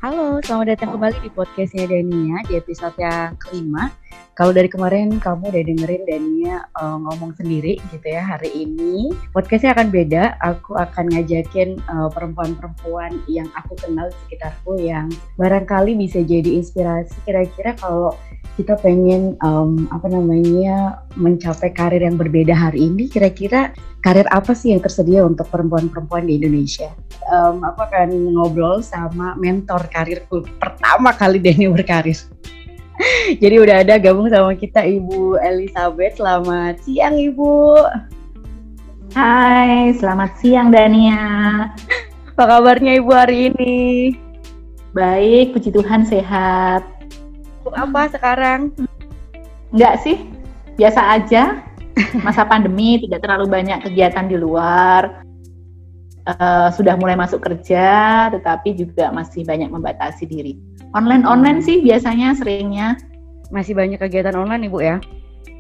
Halo, selamat datang kembali di podcastnya Dania di episode yang kelima. Kalau dari kemarin kamu udah dengerin Dania ngomong sendiri gitu ya, hari ini podcastnya akan beda. Aku akan ngajakin perempuan-perempuan yang aku kenal di sekitarku yang barangkali bisa jadi inspirasi kira-kira kalau kita pengen mencapai karir yang berbeda hari ini, kira-kira karir apa sih yang tersedia untuk perempuan-perempuan di Indonesia? Aku akan ngobrol sama mentor karirku pertama kali Dani berkarir. Jadi udah ada gabung sama kita Ibu Elizabeth. Selamat siang Ibu. Hai, selamat siang Dania. Apa kabarnya Ibu hari ini? Baik, puji Tuhan sehat. Apa sekarang? Enggak sih, biasa aja. Masa pandemi tidak terlalu banyak kegiatan di luar. Sudah mulai masuk kerja, tetapi juga masih banyak membatasi diri. Online sih biasanya seringnya. Masih banyak kegiatan online Ibu ya?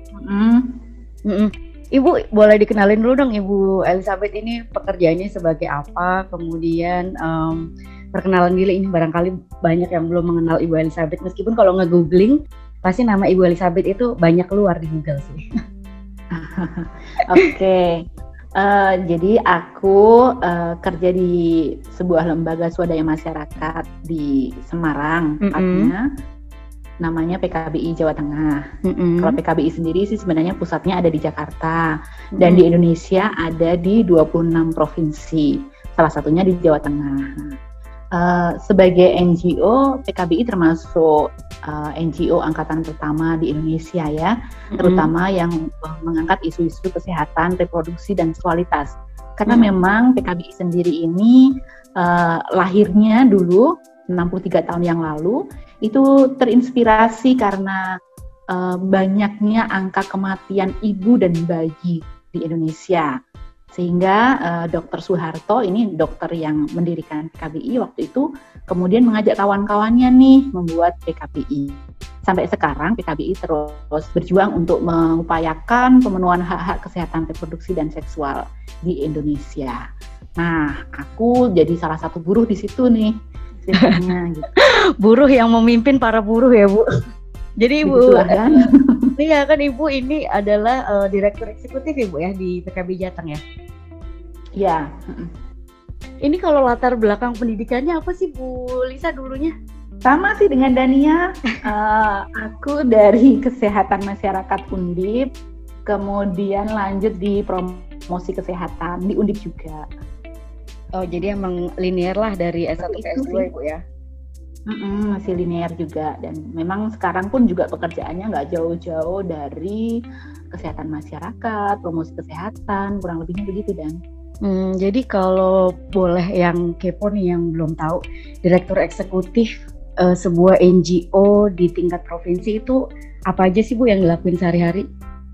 Ibu boleh dikenalin dulu dong Ibu Elizabeth ini pekerjaannya sebagai apa, kemudian perkenalan diri ini barangkali banyak yang belum mengenal Ibu Elizabeth, meskipun kalau nge-googling pasti nama Ibu Elizabeth itu banyak keluar di Google sih. Oke. Jadi aku kerja di sebuah lembaga swadaya masyarakat di Semarang, tepatnya namanya PKBI Jawa Tengah. Kalau PKBI sendiri sih sebenarnya pusatnya ada di Jakarta dan di Indonesia ada di 26 provinsi, salah satunya di Jawa Tengah. Sebagai NGO, PKBI termasuk NGO angkatan pertama di Indonesia ya, terutama yang mengangkat isu-isu kesehatan, reproduksi dan seksualitas. Karena memang PKBI sendiri ini lahirnya dulu 63 tahun yang lalu itu terinspirasi karena banyaknya angka kematian ibu dan bayi di Indonesia. Sehingga Dr. Soeharto, ini dokter yang mendirikan PKBI waktu itu, kemudian mengajak kawan-kawannya nih membuat PKBI. Sampai sekarang PKBI terus berjuang untuk mengupayakan pemenuhan hak-hak kesehatan reproduksi dan seksual di Indonesia. Nah, aku jadi salah satu buruh di situ nih. Gitu. Buruh yang memimpin para buruh ya Bu. Jadi Ibu, kan? Iya kan Ibu ini adalah direktur eksekutif Ibu ya di PKBI Jateng ya? Iya. Ini kalau latar belakang pendidikannya apa sih Bu Lisa dulunya? Sama sih dengan Dania. Aku dari kesehatan masyarakat Undip, kemudian lanjut di promosi kesehatan di Undip juga. Oh jadi emang linear lah dari S1 ke S2 Ibu ya? Masih linear juga, dan memang sekarang pun juga pekerjaannya nggak jauh-jauh dari kesehatan masyarakat, promosi kesehatan, kurang lebihnya begitu Dan. Jadi kalau boleh yang kepo nih yang belum tahu, direktur eksekutif sebuah NGO di tingkat provinsi itu apa aja sih Bu yang dilakuin sehari-hari?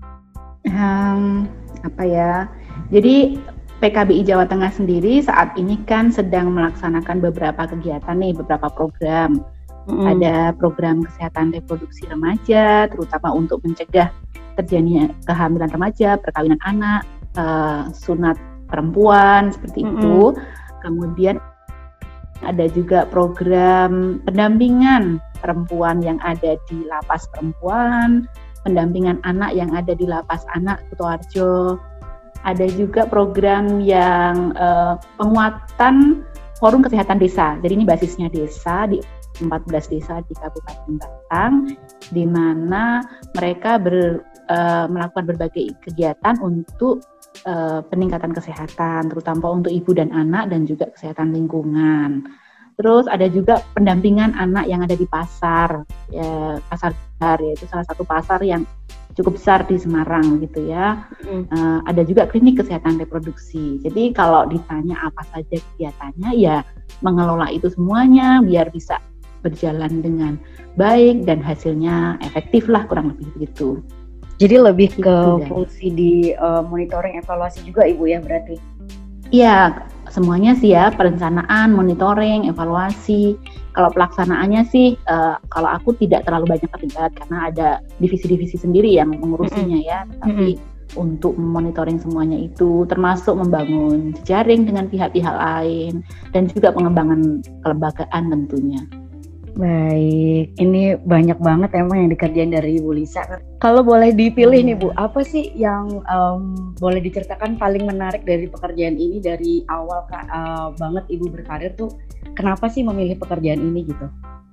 Jadi PKBI Jawa Tengah sendiri saat ini kan sedang melaksanakan beberapa kegiatan nih, beberapa program. Ada program kesehatan reproduksi remaja, terutama untuk mencegah terjadinya kehamilan remaja, perkawinan anak, sunat perempuan, seperti itu. Kemudian ada juga program pendampingan perempuan yang ada di lapas perempuan, pendampingan anak yang ada di lapas anak Kutoarjo. Ada juga program yang penguatan forum kesehatan desa. Jadi ini basisnya desa di 14 desa di Kabupaten Batang, di mana mereka melakukan berbagai kegiatan untuk peningkatan kesehatan, terutama untuk ibu dan anak dan juga kesehatan lingkungan. Terus ada juga pendampingan anak yang ada di pasar, ya, pasar besar, yaitu salah satu pasar yang cukup besar di Semarang gitu ya. Ada juga klinik kesehatan reproduksi. Jadi kalau ditanya apa saja kegiatannya, ya mengelola itu semuanya biar bisa berjalan dengan baik dan hasilnya efektif lah, kurang lebih begitu. Jadi lebih ke fungsi di monitoring evaluasi juga Ibu ya berarti? Iya, semuanya sih ya, perencanaan, monitoring, evaluasi. Kalau pelaksanaannya sih, kalau aku tidak terlalu banyak terlibat karena ada divisi-divisi sendiri yang mengurusinya ya. Tapi untuk monitoring semuanya itu, termasuk membangun jejaring dengan pihak-pihak lain dan juga pengembangan kelembagaan tentunya. Baik, ini banyak banget emang yang dikerjain dari Ibu Lisa. Kalau boleh dipilih nih Bu, apa sih yang boleh diceritakan paling menarik dari pekerjaan ini dari awal banget Ibu berkarir tuh, kenapa sih memilih pekerjaan ini gitu?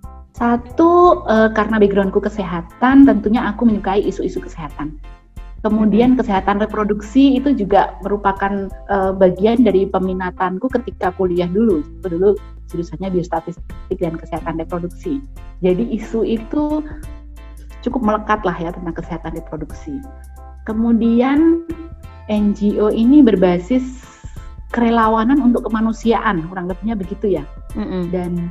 Satu, karena backgroundku kesehatan, tentunya aku menyukai isu-isu kesehatan. Kemudian kesehatan reproduksi itu juga merupakan bagian dari peminatanku ketika kuliah dulu. Dulu jurusannya biostatistik dan kesehatan reproduksi. Jadi isu itu cukup melekat lah ya tentang kesehatan reproduksi. Kemudian NGO ini berbasis kerelawanan untuk kemanusiaan, kurang lebihnya begitu ya. Dan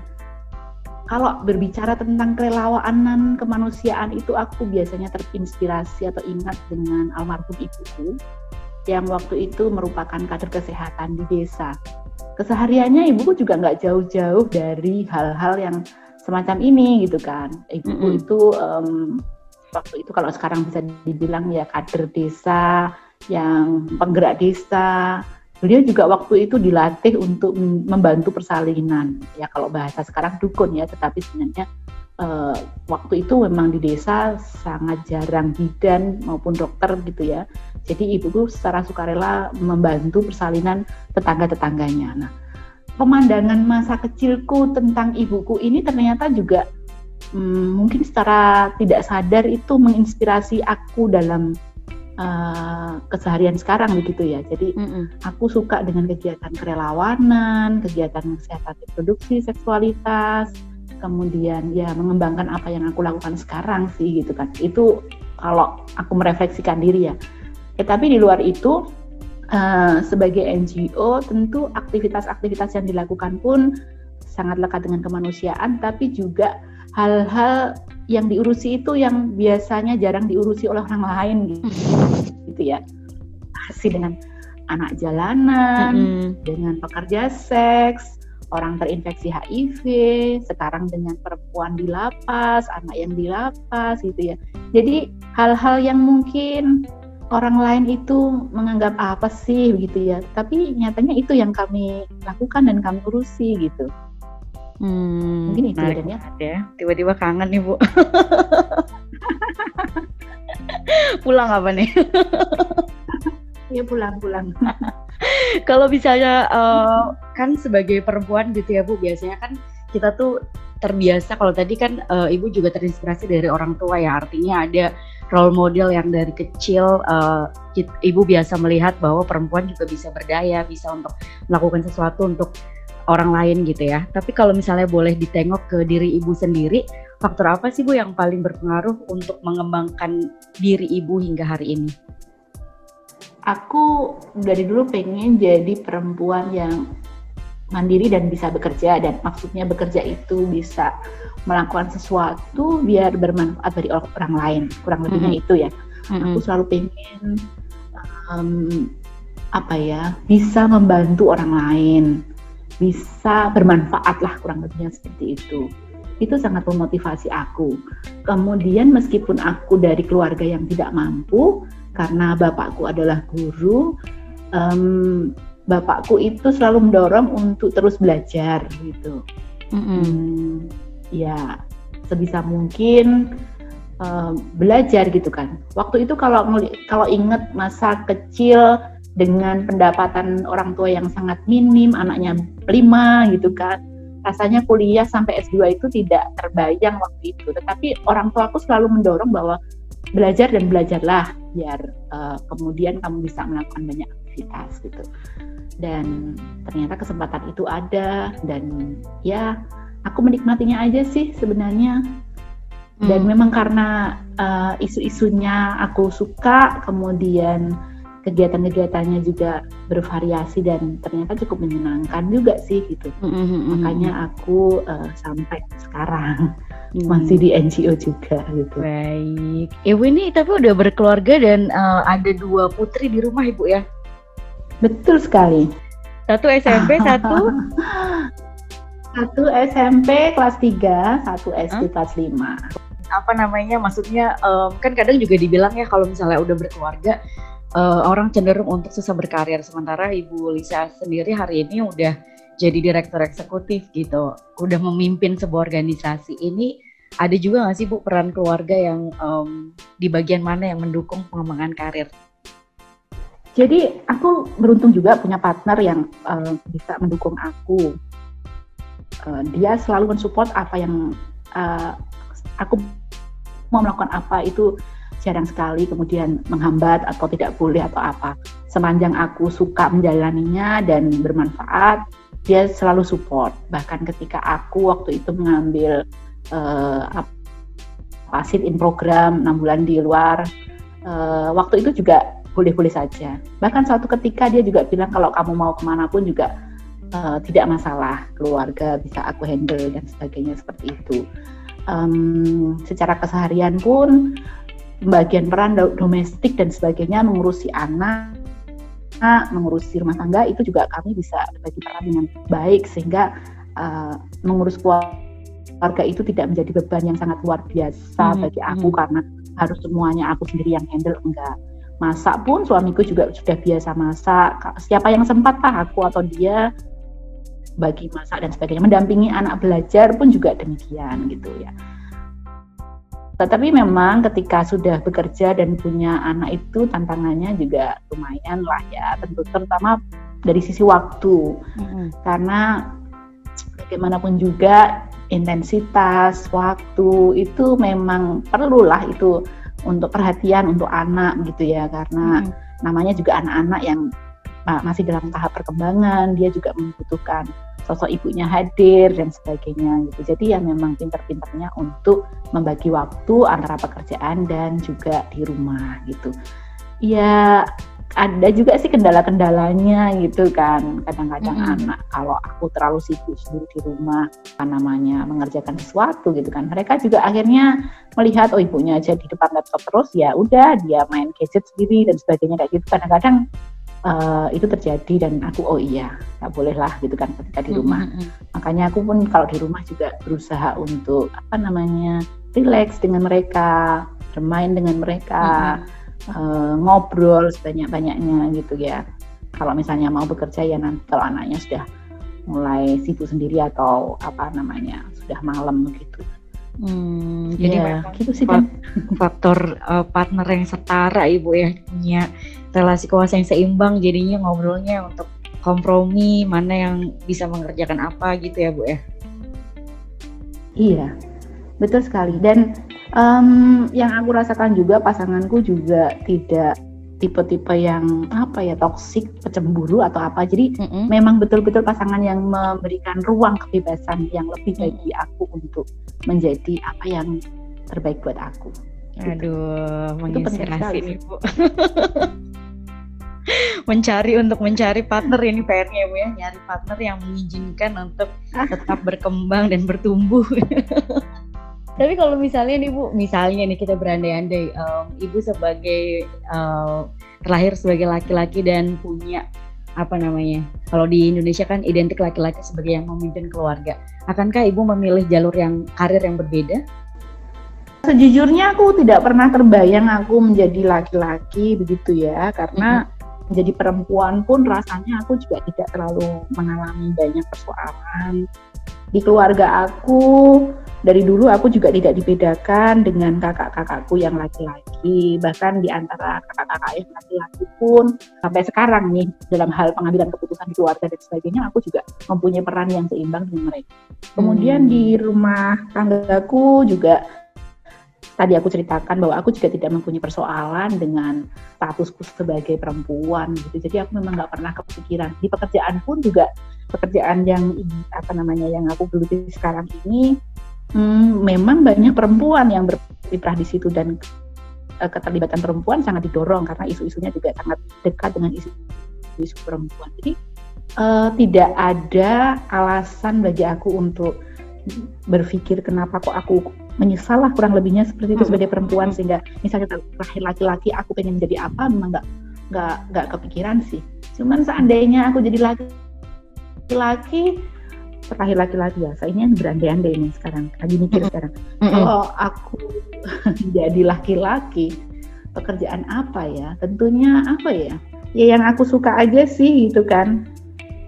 kalau berbicara tentang kerelawanan kemanusiaan itu, aku biasanya terinspirasi atau ingat dengan almarhum ibuku yang waktu itu merupakan kader kesehatan di desa. Kesehariannya ibuku juga nggak jauh-jauh dari hal-hal yang semacam ini gitu kan. Ibuku itu waktu itu kalau sekarang bisa dibilang ya kader desa, yang penggerak desa. Beliau juga waktu itu dilatih untuk membantu persalinan. Ya kalau bahasa sekarang dukun ya, tetapi sebenarnya waktu itu memang di desa sangat jarang bidan maupun dokter gitu ya. Jadi ibuku secara sukarela membantu persalinan tetangga-tetangganya. Nah, pemandangan masa kecilku tentang ibuku ini ternyata juga mungkin secara tidak sadar itu menginspirasi aku dalam keseharian sekarang begitu ya. Jadi aku suka dengan kegiatan kerelawanan, kegiatan kesehatan reproduksi, seksualitas, kemudian ya mengembangkan apa yang aku lakukan sekarang sih gitu kan. Itu kalau aku merefleksikan diri ya. Tapi di luar itu sebagai NGO tentu aktivitas-aktivitas yang dilakukan pun sangat lekat dengan kemanusiaan, tapi juga hal-hal yang diurusi itu yang biasanya jarang diurusi oleh orang lain gitu ya. Masih dengan anak jalanan, dengan pekerja seks, orang terinfeksi HIV, sekarang dengan perempuan di lapas, anak yang di lapas gitu ya. Jadi hal-hal yang mungkin orang lain itu menganggap apa sih begitu ya, tapi nyatanya itu yang kami lakukan dan kami urusi gitu. Mungkin itu ya. Tiba-tiba kangen nih Bu. Pulang apa nih? Ya pulang. Kalau misalnya kan sebagai perempuan gitu ya Bu, biasanya kan kita tuh terbiasa, kalau tadi kan Ibu juga terinspirasi dari orang tua ya, artinya ada role model yang dari kecil Ibu biasa melihat bahwa perempuan juga bisa berdaya, bisa untuk melakukan sesuatu untuk orang lain gitu ya. Tapi kalau misalnya boleh ditengok ke diri Ibu sendiri, faktor apa sih Bu yang paling berpengaruh untuk mengembangkan diri Ibu hingga hari ini? Aku dari dulu pengen jadi perempuan yang mandiri dan bisa bekerja, dan maksudnya bekerja itu bisa melakukan sesuatu biar bermanfaat bagi orang lain, kurang lebihnya itu ya. Aku selalu pengen bisa membantu orang lain, bisa bermanfaat lah, kurang lebihnya seperti itu. Itu sangat memotivasi aku. Kemudian meskipun aku dari keluarga yang tidak mampu, karena bapakku adalah guru, bapakku itu selalu mendorong untuk terus belajar gitu. Ya sebisa mungkin belajar gitu kan. Waktu itu kalau ingat masa kecil dengan pendapatan orang tua yang sangat minim, anaknya 5 gitu kan, rasanya kuliah sampai S2 itu tidak terbayang waktu itu. Tetapi orang tua aku selalu mendorong bahwa belajar dan belajarlah biar kemudian kamu bisa melakukan banyak aktivitas gitu. Dan ternyata kesempatan itu ada, dan ya aku menikmatinya aja sih sebenarnya. Dan memang karena isu-isunya aku suka, kemudian kegiatan-kegiatannya juga bervariasi dan ternyata cukup menyenangkan juga sih gitu. Makanya aku sampai sekarang masih di NGO juga gitu. Baik, Ibu ini tapi udah berkeluarga dan ada 2 putri di rumah Ibu ya? Betul sekali. Satu SMP, satu SMP kelas 3, satu SD kelas 5. Apa namanya, maksudnya kan kadang juga dibilang ya kalau misalnya udah berkeluarga orang cenderung untuk susah berkarir, sementara Ibu Lisa sendiri hari ini udah jadi direktur eksekutif gitu, udah memimpin sebuah organisasi ini, ada juga nggak sih Bu peran keluarga yang di bagian mana yang mendukung pengembangan karir? Jadi aku beruntung juga punya partner yang bisa mendukung aku. Dia selalu mensupport apa yang aku mau melakukan apa itu jarang sekali kemudian menghambat atau tidak boleh atau apa. Sepanjang aku suka menjalaninya dan bermanfaat, dia selalu support. Bahkan ketika aku waktu itu mengambil sit in program 6 bulan di luar, waktu itu juga boleh-boleh saja. Bahkan suatu ketika dia juga bilang kalau kamu mau kemanapun juga tidak masalah, keluarga bisa aku handle dan sebagainya seperti itu. Secara keseharian pun bagian peran domestik dan sebagainya, mengurusi anak, mengurusi rumah tangga itu juga kami bisa berbagi peran dengan baik sehingga mengurus keluarga itu tidak menjadi beban yang sangat luar biasa bagi aku karena harus semuanya aku sendiri yang handle, enggak. Masak pun suamiku juga sudah biasa masak, siapa yang sempat aku atau dia bagi masak dan sebagainya, mendampingi anak belajar pun juga demikian gitu ya. Tetapi memang ketika sudah bekerja dan punya anak itu tantangannya juga lumayan lah ya, tentu terutama dari sisi waktu. Karena bagaimanapun juga intensitas waktu itu memang perlulah itu untuk perhatian untuk anak gitu ya, karena namanya juga anak-anak yang masih dalam tahap perkembangan, dia juga membutuhkan sosok ibunya hadir dan sebagainya gitu. Jadi ya memang pintar-pintarnya untuk membagi waktu antara pekerjaan dan juga di rumah gitu. Ya ada juga sih kendala-kendalanya gitu kan. Kadang-kadang anak kalau aku terlalu sibuk sendiri di rumah mengerjakan sesuatu gitu kan. Mereka juga akhirnya melihat oh ibunya aja di depan laptop terus, ya udah dia main gadget sendiri dan sebagainya kayak gitu. Kadang-kadang itu terjadi dan aku oh iya nggak boleh lah gitu kan ketika di rumah. Makanya aku pun kalau di rumah juga berusaha untuk relax dengan mereka, bermain dengan mereka, ngobrol sebanyak-banyaknya gitu ya. Kalau misalnya mau bekerja ya nanti kalau anaknya sudah mulai sibuk sendiri atau sudah malam gitu. Jadi memang gitu sih kan faktor partner yang setara Ibu ya, punya relasi kuasa yang seimbang, jadinya ngobrolnya untuk kompromi mana yang bisa mengerjakan apa gitu ya Bu ya. Iya, betul sekali. Dan yang aku rasakan juga pasanganku juga tidak tipe-tipe yang toksik, pecemburu atau apa. Jadi memang betul-betul pasangan yang memberikan ruang kebebasan yang lebih bagi aku untuk menjadi apa yang terbaik buat aku. Aduh, menginspirasi nih Bu. mencari partner ini PR-nya Bu ya, nyari partner yang mengizinkan untuk tetap berkembang dan bertumbuh. Tapi kalau misalnya nih kita berandai-andai, Ibu sebagai terlahir sebagai laki-laki dan punya kalau di Indonesia kan identik laki-laki sebagai yang memimpin keluarga. Akankah Ibu memilih jalur karir yang berbeda? Sejujurnya aku tidak pernah terbayang aku menjadi laki-laki begitu ya, karena menjadi perempuan pun rasanya aku juga tidak terlalu mengalami banyak persoalan. Di keluarga aku, dari dulu aku juga tidak dibedakan dengan kakak-kakakku yang laki-laki. Bahkan di antara kakak-kakak yang laki-laki pun, sampai sekarang nih, dalam hal pengambilan keputusan di keluarga dan sebagainya, aku juga mempunyai peran yang seimbang dengan mereka. Kemudian di rumah tanggaku juga, tadi aku ceritakan bahwa aku juga tidak mempunyai persoalan dengan statusku sebagai perempuan gitu. Jadi aku memang nggak pernah kepikiran. Di pekerjaan pun juga pekerjaan yang yang aku geluti sekarang ini memang banyak perempuan yang berkiprah di situ dan keterlibatan perempuan sangat didorong karena isu-isunya juga sangat dekat dengan isu perempuan. Jadi tidak ada alasan bagi aku untuk berpikir kenapa kok aku menyesal lah kurang lebihnya seperti itu sebagai perempuan, sehingga misalnya terakhir laki-laki aku pengen menjadi apa, memang nggak kepikiran sih. Cuman seandainya aku jadi laki-laki terakhir laki-laki ya, saya ini berandai-andai nih sekarang, lagi mikir sekarang. Kalau aku jadi laki-laki, pekerjaan apa ya? Tentunya apa ya? Ya yang aku suka aja sih gitu kan.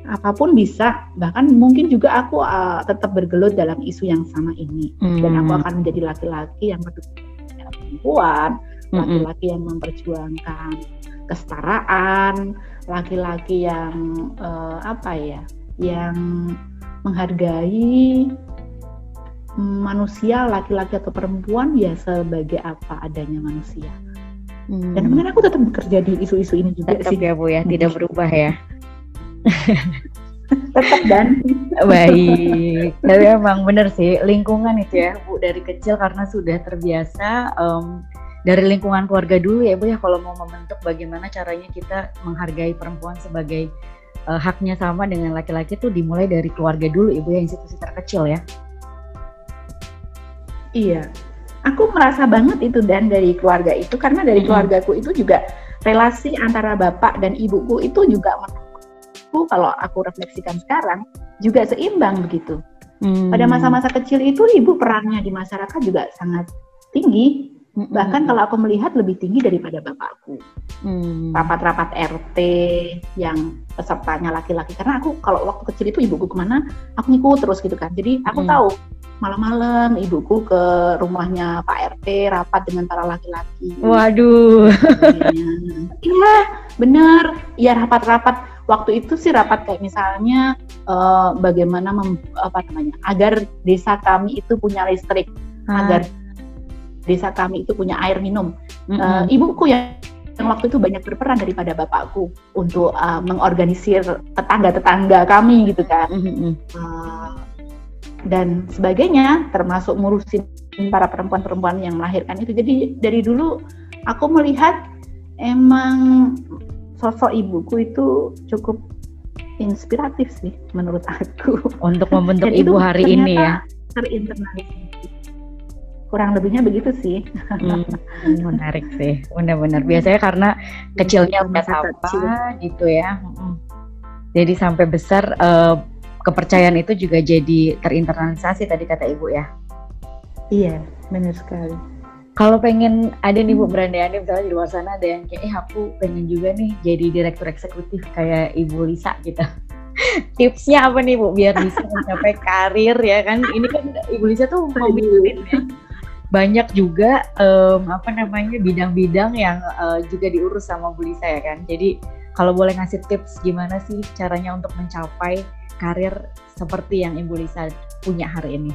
apapun bisa, bahkan mungkin juga aku tetap bergelut dalam isu yang sama ini, dan aku akan menjadi laki-laki yang peduli perempuan, laki-laki yang memperjuangkan kesetaraan, laki-laki yang yang menghargai manusia, laki-laki atau perempuan ya sebagai apa adanya manusia. Dan mungkin aku tetap bekerja di isu-isu ini juga tetap sih. Ya Bu ya, tidak berubah ya. Tetap dan baik. Tapi emang bener sih, lingkungan itu ya Bu, dari kecil karena sudah terbiasa dari lingkungan keluarga dulu ya Bu ya, kalau mau membentuk bagaimana caranya kita menghargai perempuan sebagai haknya sama dengan laki-laki tuh dimulai dari keluarga dulu Ibu ya, institusi terkecil ya. Iya, aku merasa banget itu dan dari keluarga itu, karena dari keluargaku itu juga relasi antara bapak dan ibuku itu juga menurutku, kalau aku refleksikan sekarang, juga seimbang begitu. Pada masa-masa kecil itu ibu perannya di masyarakat juga sangat tinggi, bahkan kalau aku melihat lebih tinggi daripada bapakku. Rapat-rapat RT yang pesertanya laki-laki, karena aku kalau waktu kecil itu ibuku kemana, aku ngikut terus gitu kan, jadi aku tahu malam-malam ibuku ke rumahnya Pak RT rapat dengan para laki-laki. Waduh. Iya, benar. Iya, rapat-rapat. Waktu itu sih rapat kayak misalnya bagaimana agar desa kami itu punya listrik, agar desa kami itu punya air minum. Ibuku yang waktu itu banyak berperan daripada bapakku untuk mengorganisir tetangga-tetangga kami gitu kan. Dan sebagainya, termasuk ngurusin para perempuan-perempuan yang melahirkan itu. Jadi dari dulu aku melihat emang sosok ibuku itu cukup inspiratif sih menurut aku. Untuk membentuk ibu hari ini ya. Terinternalisasi. Kurang lebihnya begitu sih. Menarik sih, benar-benar. Biasanya karena kecilnya udah apa gitu ya. Jadi sampai besar kepercayaan itu juga jadi terinternalisasi tadi kata Ibu ya. Iya, benar sekali. Kalau pengen ada nih Bu berandai-andai misalnya di luar sana ada yang kayak aku pengen juga nih jadi direktur eksekutif kayak Ibu Lisa gitu. Tipsnya apa nih Bu biar bisa mencapai karir ya kan? Ini kan Ibu Lisa tuh memimpin ya. Banyak juga bidang-bidang yang juga diurus sama Bu Lisa ya kan. Jadi kalau boleh ngasih tips gimana sih caranya untuk mencapai karir seperti yang Ibu Lisa punya hari ini?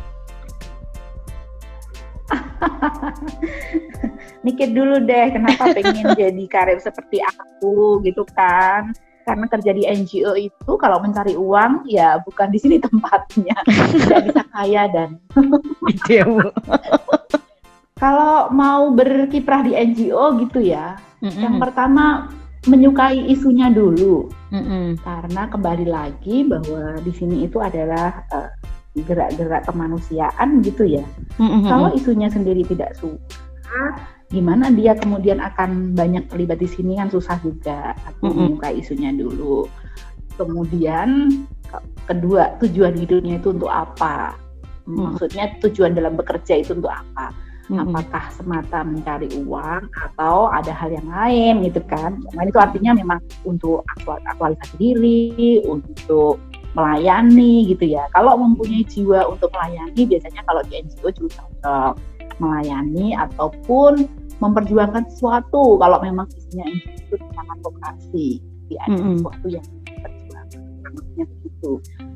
Mikir dulu deh kenapa pengen jadi karir seperti aku gitu kan. Karena kerja di NGO itu kalau mencari uang ya bukan di sini tempatnya. Tidak bisa kaya dan itu ya Bu. Kalau mau berkiprah di NGO gitu ya, yang pertama menyukai isunya dulu, karena kembali lagi bahwa di sini itu adalah gerak-gerak kemanusiaan gitu ya. Kalau isunya sendiri tidak suka, gimana dia kemudian akan banyak terlibat di sini kan susah juga. Aku menyukai isunya dulu. Kemudian kedua, tujuan hidupnya itu untuk apa? Maksudnya tujuan dalam bekerja itu untuk apa? Apakah semata mencari uang atau ada hal yang lain gitu kan. Nah, itu artinya memang untuk aktualisasi diri, untuk melayani gitu ya. Kalau mempunyai jiwa untuk melayani, biasanya kalau di NGO juga cocok melayani ataupun memperjuangkan sesuatu. Kalau memang isinya NGO itu tentang advokasi, ada sesuatu yang diperjuangkan, namanya begitu.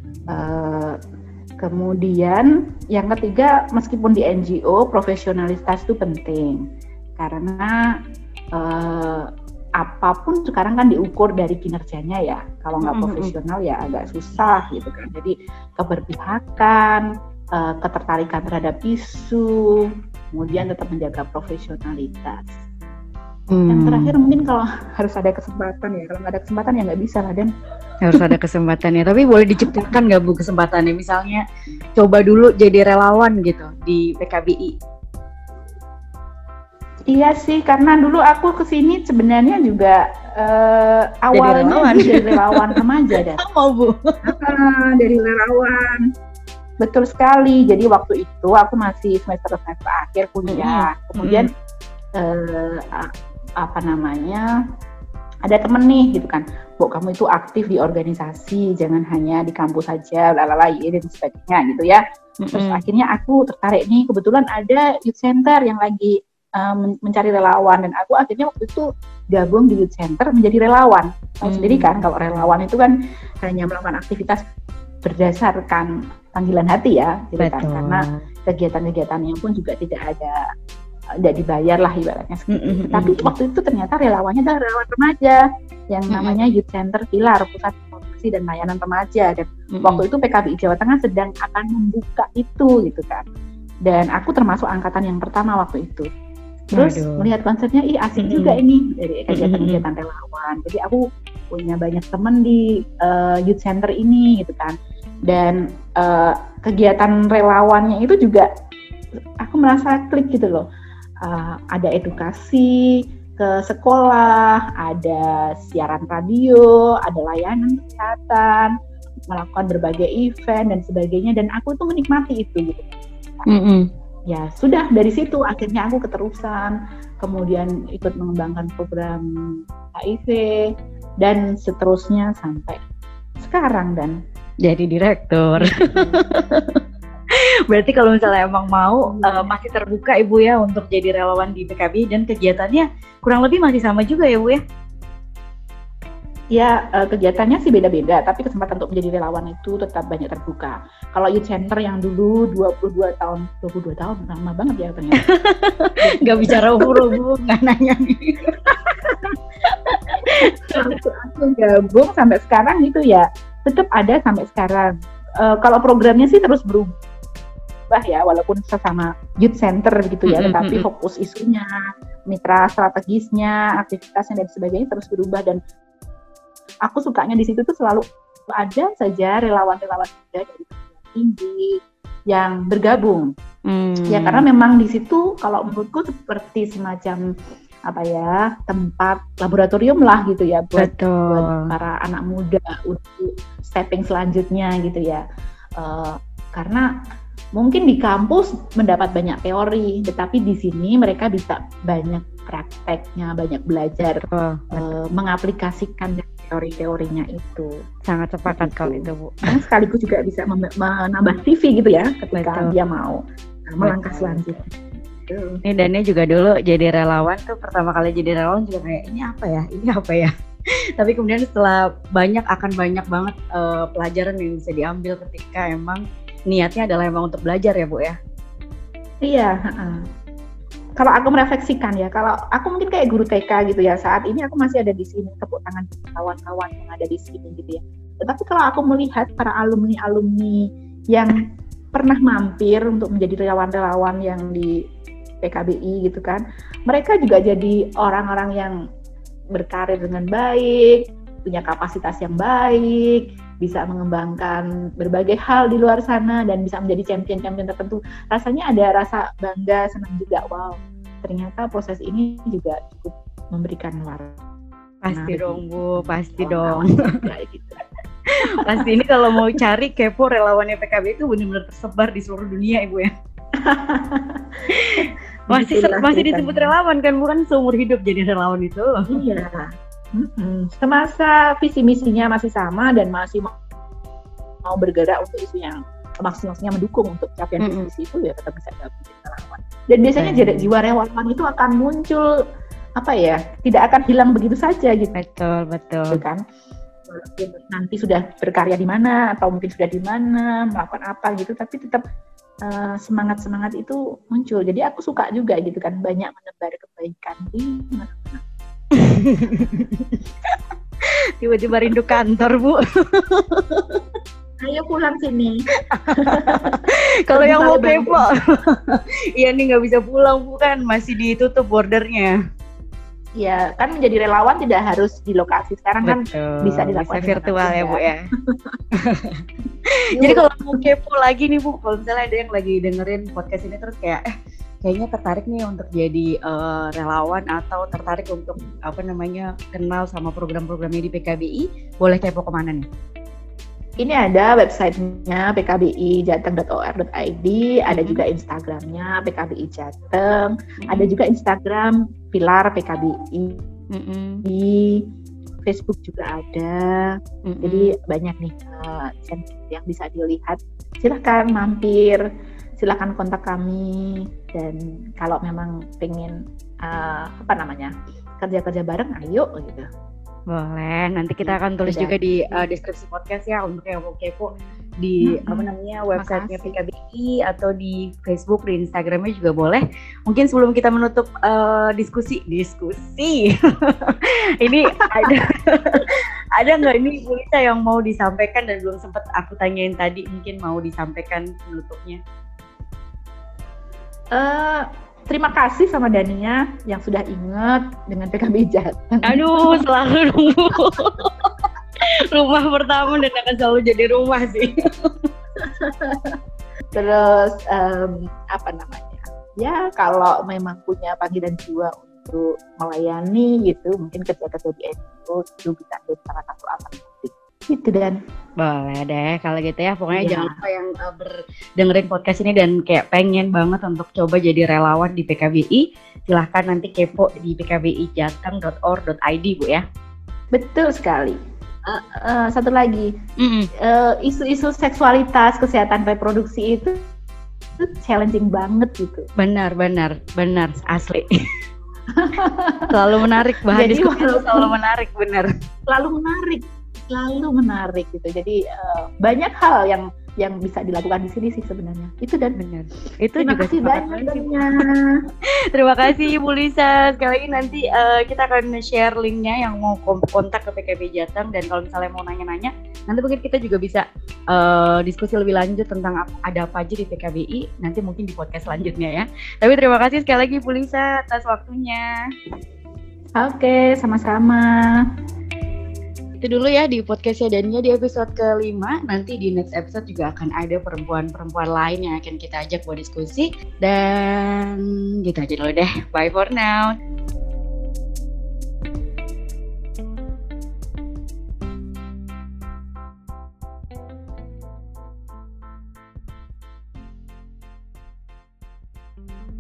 Kemudian yang ketiga, meskipun di NGO profesionalitas itu penting karena apapun sekarang kan diukur dari kinerjanya ya. Kalau nggak profesional ya agak susah gitu kan. Jadi keberpihakan, ketertarikan terhadap isu, kemudian tetap menjaga profesionalitas. Yang terakhir mungkin kalau harus ada kesempatan ya. Kalau nggak ada kesempatan ya nggak bisa lah Dan. Harus ada kesempatannya. Tapi boleh diciptakan nggak Bu kesempatannya? Misalnya coba dulu jadi relawan gitu di PKBI. Iya sih, karena dulu aku kesini sebenarnya juga awalnya jadi relawan remaja. Mau Bu? Dari relawan. Betul sekali. Jadi waktu itu aku masih semester akhir kuliah. Kemudian ada temen nih gitu kan, Bu kamu itu aktif di organisasi, jangan hanya di kampus saja, lalala dan sebagainya gitu ya. Terus akhirnya aku tertarik nih, kebetulan ada youth center yang lagi mencari relawan, dan aku akhirnya waktu itu gabung di youth center menjadi relawan. Tahu sendiri kan kalau relawan itu kan hanya melakukan aktivitas berdasarkan panggilan hati ya, gitu kan, karena kegiatan-kegiatannya pun juga tidak dibayar lah ibaratnya seperti itu. Tapi waktu itu ternyata relawannya adalah relawan remaja yang namanya Youth Center Pilar, Pusat Produksi dan Layanan Remaja, dan waktu itu PKBI Jawa Tengah sedang akan membuka itu gitu kan, dan aku termasuk angkatan yang pertama waktu itu. Terus melihat konsepnya, asik juga ini dari kegiatan-kegiatan relawan. Jadi aku punya banyak teman di Youth Center ini gitu kan, dan kegiatan relawannya itu juga aku merasa klik gitu loh. Ada edukasi ke sekolah, ada siaran radio, ada layanan kesehatan, melakukan berbagai event dan sebagainya, dan aku tuh menikmati itu gitu. Ya sudah, dari situ akhirnya aku keterusan, kemudian ikut mengembangkan program HIV dan seterusnya sampai sekarang dan jadi direktur. Berarti kalau misalnya emang mau masih terbuka Ibu ya untuk jadi relawan di PKBI, dan kegiatannya kurang lebih masih sama juga ya Bu ya? Ya, kegiatannya sih beda-beda, tapi kesempatan untuk menjadi relawan itu tetap banyak terbuka. Kalau Youth Center yang dulu 22 tahun, lama banget ya ternyata. Nggak bicara umur Bu, nggak nanya nih. Aku gabung sampai sekarang gitu ya, tetap ada sampai sekarang. Kalau programnya sih terus berubah ya, walaupun sesama Youth Center gitu ya, tetapi fokus isunya, mitra strategisnya, aktivitasnya dan sebagainya terus berubah, dan aku sukanya di situ tuh selalu ada saja relawan-relawan muda dari tinggi yang bergabung. Ya karena memang di situ kalau menurutku seperti semacam tempat laboratorium lah gitu ya buat para anak muda untuk stepping selanjutnya gitu ya. Karena mungkin di kampus mendapat banyak teori, tetapi di sini mereka bisa banyak prakteknya, banyak belajar mengaplikasikan teori-teorinya itu. Sangat sepakat kalau itu Bu. Dan sekaligus juga bisa menambah CV gitu ya ketika dia mau melangkah selanjutnya. Ini Dania juga dulu jadi relawan tuh, pertama kali jadi relawan juga kayak ini apa ya. Tapi kemudian setelah akan banyak banget pelajaran yang bisa diambil ketika emang niatnya adalah emang untuk belajar ya Bu ya. Iya. Kalau aku merefleksikan ya, kalau aku mungkin kayak guru TK gitu ya, saat ini aku masih ada di sini, tepuk tangan kawan-kawan yang ada di sini gitu ya. Tetapi kalau aku melihat para alumni-alumni yang pernah mampir untuk menjadi relawan-relawan yang di PKBI gitu kan, mereka juga jadi orang-orang yang berkarir dengan baik, punya kapasitas yang baik, bisa mengembangkan berbagai hal di luar sana dan bisa menjadi champion-champion tertentu. Rasanya ada rasa bangga, senang juga. Wow, ternyata proses ini juga cukup memberikan warna. Pasti dong Bu, pasti dong. Pasti ini kalau mau cari kepo relawannya PKB itu benar-benar tersebar di seluruh dunia Ibu ya. masih disebut relawan kan, bukan seumur hidup jadi relawan itu. Iya. Semasa visi misinya masih sama dan masih mau bergerak untuk isu yang maksimalnya mendukung untuk capaian visi misi itu, ya tetap bisa gabung jadi relawan. Dan biasanya jiwa relawan itu akan muncul tidak akan hilang begitu saja gitu. Betul kan. Walaupun nanti sudah berkarya di mana atau mungkin sudah di mana melakukan apa gitu, tapi tetap semangat itu muncul. Jadi aku suka juga gitu kan, banyak menebar kebaikan di mana-mana. Tiba-tiba rindu kantor Bu. Ayo pulang sini. Kalau yang mau kepo, iya nih nggak bisa pulang Bu, kan masih ditutup bordernya. Ya kan, menjadi relawan tidak harus di lokasi, sekarang kan bisa dilakukan virtual ya Bu ya. Jadi kalau mau kepo lagi nih Bu, kalau misalnya ada yang lagi dengerin podcast ini terus kayaknya tertarik nih untuk jadi relawan atau tertarik untuk kenal sama program-programnya di PKBI, boleh kepo kemana nih? Ini ada websitenya pkbijateng.or.id, ada juga Instagramnya PKBI Jateng, ada juga Instagram Pilar PKBI. Facebook juga ada. Jadi banyak nih desain yang bisa dilihat. Silahkan mampir, silahkan kontak kami, dan kalau memang pengen kerja-kerja bareng, ayo gitu. Boleh, nanti kita akan tulis juga di deskripsi podcast ya untuk yang mau kepo di websitenya PKBI atau di Facebook, di Instagramnya juga boleh. Mungkin sebelum kita menutup diskusi ini ada nggak ini Bu Lisa yang mau disampaikan dan belum sempat aku tanyain tadi, mungkin mau disampaikan penutupnya? Terima kasih sama Dania yang sudah ingat dengan PKBI Jateng. Aduh, selalu nunggu. Rumah pertama dan akan selalu jadi rumah sih. Terus ya kalau memang punya panggilan jiwa untuk melayani gitu, mungkin kerja-kerja di NGO itu bisa jadi salah satu alternatif. Gitu Dan. Boleh deh kalau gitu ya. Pokoknya jangan lupa yang dengerin podcast ini dan kayak pengen banget untuk coba jadi relawan di PKBI, silahkan nanti kepo di pkbijateng.org.id Bu ya. Betul sekali. Satu lagi, isu-isu seksualitas, kesehatan reproduksi itu challenging banget gitu. Benar asli. Selalu menarik, bahan diskusi selalu menarik, benar. Selalu menarik gitu. Jadi banyak hal yang bisa dilakukan di sini sih sebenarnya. Itu Dan benar. Itu terima juga kasih banyak. Terima kasih Bu Lisa. Sekali lagi nanti kita akan share linknya yang mau kontak ke PKBI Jateng, dan kalau misalnya mau nanya-nanya, nanti mungkin kita juga bisa diskusi lebih lanjut tentang ada apa aja di PKBI nanti mungkin di podcast selanjutnya ya. Tapi terima kasih sekali lagi Bu Lisa atas waktunya. Oke, sama-sama. Itu dulu ya di podcastnya Dania di episode ke-5. Nanti di next episode juga akan ada perempuan-perempuan lain yang akan kita ajak buat diskusi. Dan gitu aja dulu deh. Bye for now.